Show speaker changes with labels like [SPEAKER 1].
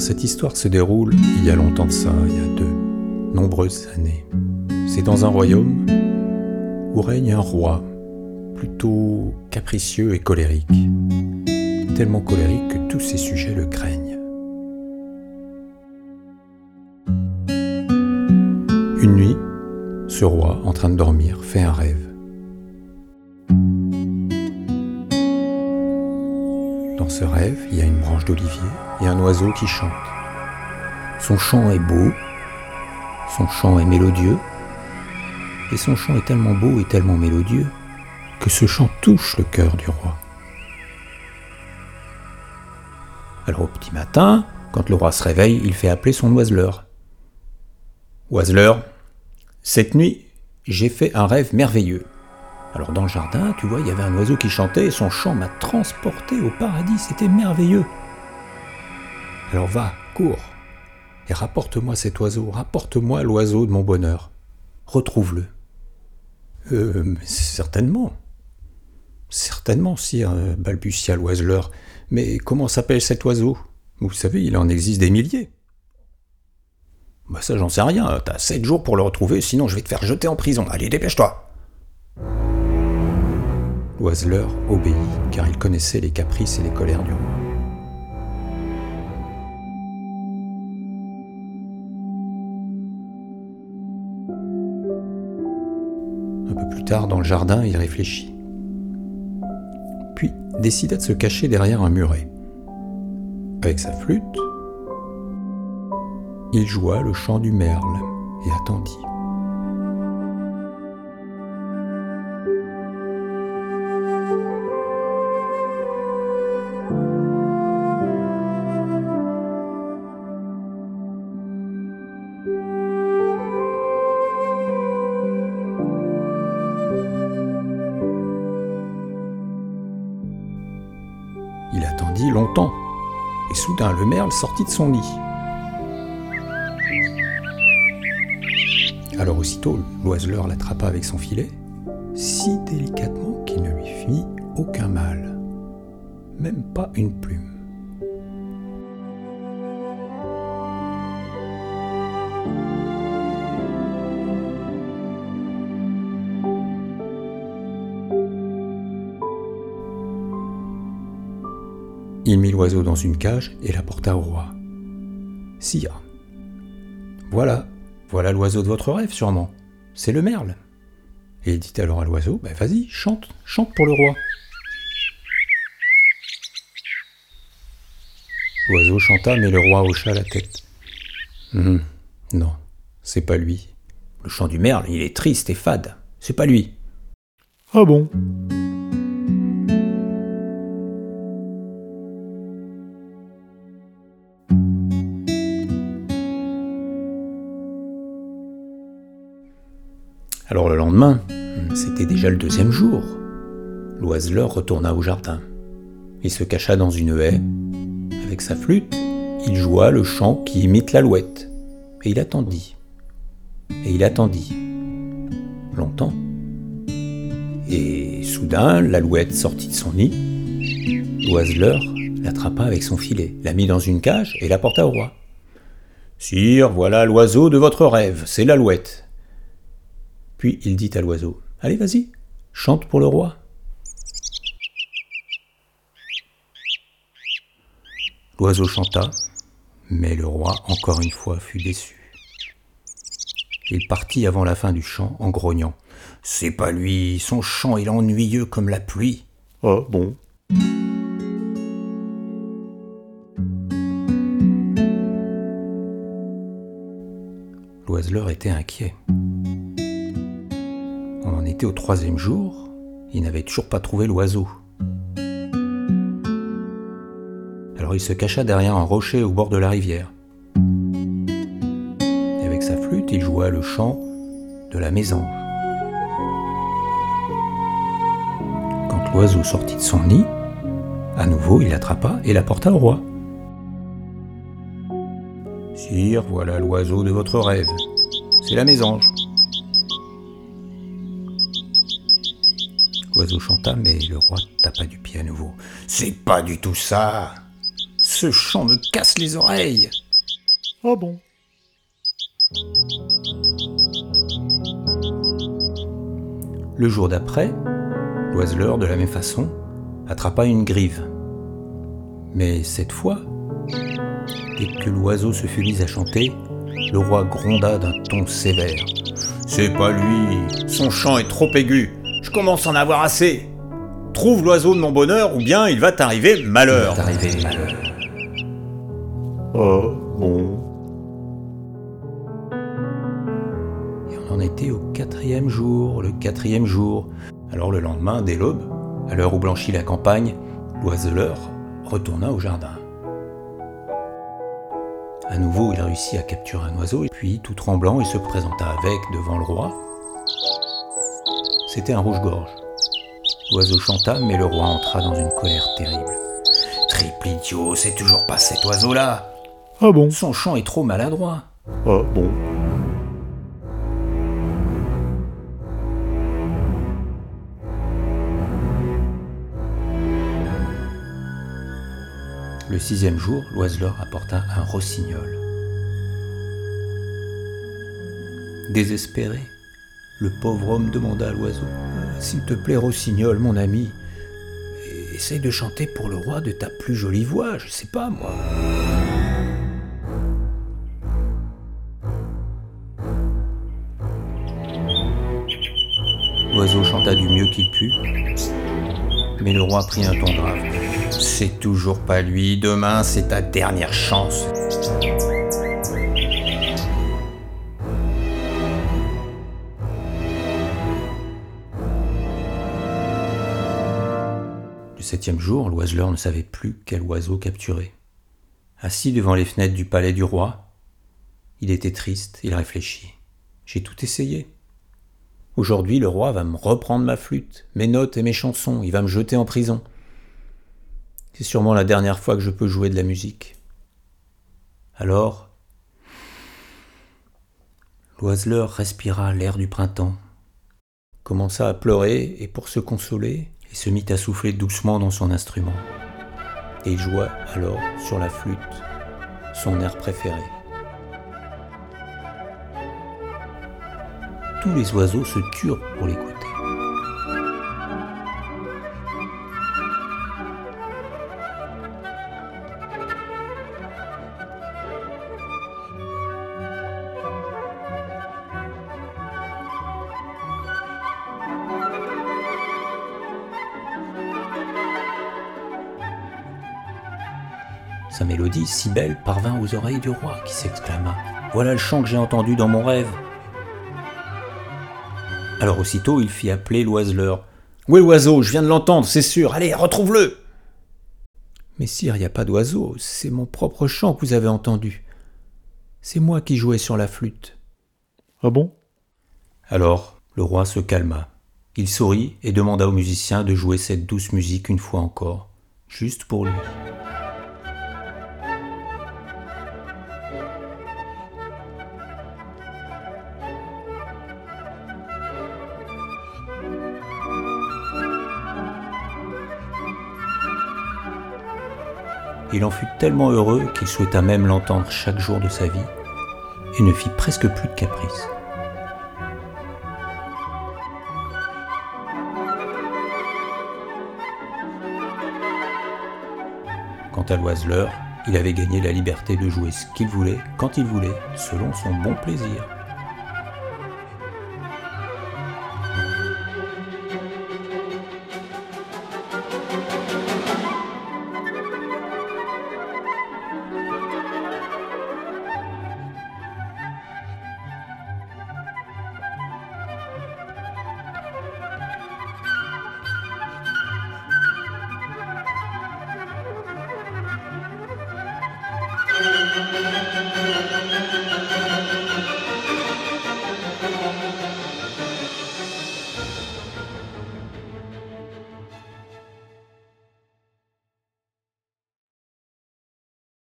[SPEAKER 1] cette histoire se déroule il y a longtemps de ça, il y a de nombreuses années. C'est dans un royaume où règne un roi, plutôt capricieux et colérique. Tellement colérique que tous ses sujets le craignent. Une nuit, ce roi, en train de dormir, fait un rêve. Dans ce rêve, il y a une branche d'olivier et un oiseau qui chante. Son chant est beau, son chant est mélodieux, et son chant est tellement beau et tellement mélodieux que ce chant touche le cœur du roi. Alors au petit matin, quand le roi se réveille, il fait appeler son oiseleur. « Oiseleur, cette nuit, j'ai fait un rêve merveilleux. Alors dans le jardin, tu vois, il y avait un oiseau qui chantait et son chant m'a transporté au paradis, c'était merveilleux. Alors va, cours, et rapporte-moi cet oiseau, rapporte-moi l'oiseau de mon bonheur. Retrouve-le. » Certainement. Certainement, sire, balbutia l'oiseleur. Mais comment s'appelle cet oiseau ? Vous savez, il en existe des milliers. Bah ça, j'en sais rien. T'as 7 jours pour le retrouver, sinon je vais te faire jeter en prison. Allez, dépêche-toi. L'oiseleur obéit, car il connaissait les caprices et les colères du roi. Un peu plus tard, dans le jardin, il réfléchit. Puis décida de se cacher derrière un muret. Avec sa flûte, il joua le chant du merle et attendit. Il attendit longtemps, et soudain le merle sortit de son lit. Alors aussitôt, l'oiseleur l'attrapa avec son filet, si délicatement qu'il ne lui fit aucun mal, même pas une plume. Il mit l'oiseau dans une cage et l'apporta au roi. « Sire, voilà l'oiseau de votre rêve sûrement, c'est le merle. » Et il dit alors à l'oiseau, « Vas-y, chante pour le roi. » L'oiseau chanta, mais le roi hocha la tête. « Non, c'est pas lui. Le chant du merle, il est triste et fade, c'est pas lui. »«
[SPEAKER 2] Ah bon ? »
[SPEAKER 1] Alors le lendemain, c'était déjà le 2e jour. L'oiseleur retourna au jardin. Il se cacha dans une haie. Avec sa flûte, il joua le chant qui imite l'alouette. Et il attendit. Et il attendit. Longtemps. Et soudain, l'alouette sortit de son nid. L'oiseleur l'attrapa avec son filet, la mit dans une cage et l'apporta au roi. « Sire, voilà l'oiseau de votre rêve, c'est l'alouette. » Puis il dit à l'oiseau, « Allez, vas-y, chante pour le roi. » L'oiseau chanta, mais le roi, encore une fois, fut déçu. Il partit avant la fin du chant en grognant. « C'est pas lui, son chant est ennuyeux comme la pluie. »
[SPEAKER 2] Ah bon ?
[SPEAKER 1] L'oiseleur était inquiet. On en était au 3e jour, il n'avait toujours pas trouvé l'oiseau. Alors il se cacha derrière un rocher au bord de la rivière. Et avec sa flûte, il joua le chant de la mésange. Quand l'oiseau sortit de son nid, à nouveau il l'attrapa et l'apporta au roi. « Sire, voilà l'oiseau de votre rêve, c'est la mésange. » L'oiseau chanta, mais le roi tapa du pied à nouveau. « C'est pas du tout ça. Ce ce chant me casse les oreilles.
[SPEAKER 2] Ah bon?
[SPEAKER 1] Le jour d'après, l'oiseleur, de la même façon, attrapa une grive. Mais cette fois, dès que l'oiseau se fut mis à chanter, le roi gronda d'un ton sévère. « C'est pas lui, son chant est trop aigu, je commence à en avoir assez. Trouve l'oiseau de mon bonheur ou bien il va t'arriver malheur. »
[SPEAKER 2] Ah bon?
[SPEAKER 1] Et on en était au 4e jour, le 4e jour. Alors le lendemain, dès l'aube, à l'heure où blanchit la campagne, l'oiseleur retourna au jardin. À nouveau, il réussit à capturer un oiseau, et puis, tout tremblant, il se présenta avec devant le roi. C'était un rouge-gorge. L'oiseau chanta, mais le roi entra dans une colère terrible. « Triple idiot, c'est toujours pas cet oiseau-là.
[SPEAKER 2] Ah bon?
[SPEAKER 1] Son chant est trop maladroit. »
[SPEAKER 2] Ah bon?
[SPEAKER 1] Le 6e jour, l'oiseleur apporta un rossignol. Désespéré, le pauvre homme demanda à l'oiseau « S'il te plaît, rossignol, mon ami, essaye de chanter pour le roi de ta plus jolie voix, je sais pas, moi. » L'oiseau chanta du mieux qu'il put, mais le roi prit un ton grave. « C'est toujours pas lui, demain c'est ta dernière chance. » Le 7e jour, l'oiseleur ne savait plus quel oiseau capturer. Assis devant les fenêtres du palais du roi, il était triste, il réfléchit. « J'ai tout essayé. Aujourd'hui, le roi va me reprendre ma flûte, mes notes et mes chansons, il va me jeter en prison. C'est sûrement la dernière fois que je peux jouer de la musique. » Alors, l'oiseleur respira l'air du printemps, commença à pleurer et pour se consoler, il se mit à souffler doucement dans son instrument. Et il joua alors sur la flûte son air préféré. Tous les oiseaux se turent pour l'écouter. Sa mélodie, si belle, parvint aux oreilles du roi, qui s'exclama « Voilà le chant que j'ai entendu dans mon rêve !» Alors aussitôt, il fit appeler l'oiseleur. « Où est l'oiseau? Je viens de l'entendre, c'est sûr. Allez, retrouve-le !»« Mais sire, il n'y a pas d'oiseau. C'est mon propre chant que vous avez entendu. C'est moi qui jouais sur la flûte. »
[SPEAKER 2] Ah bon?
[SPEAKER 1] Alors, le roi se calma. Il sourit et demanda au musicien de jouer cette douce musique une fois encore, juste pour lui. Il en fut tellement heureux qu'il souhaita même l'entendre chaque jour de sa vie et ne fit presque plus de caprices. Quant à l'oiseleur, il avait gagné la liberté de jouer ce qu'il voulait, quand il voulait, selon son bon plaisir.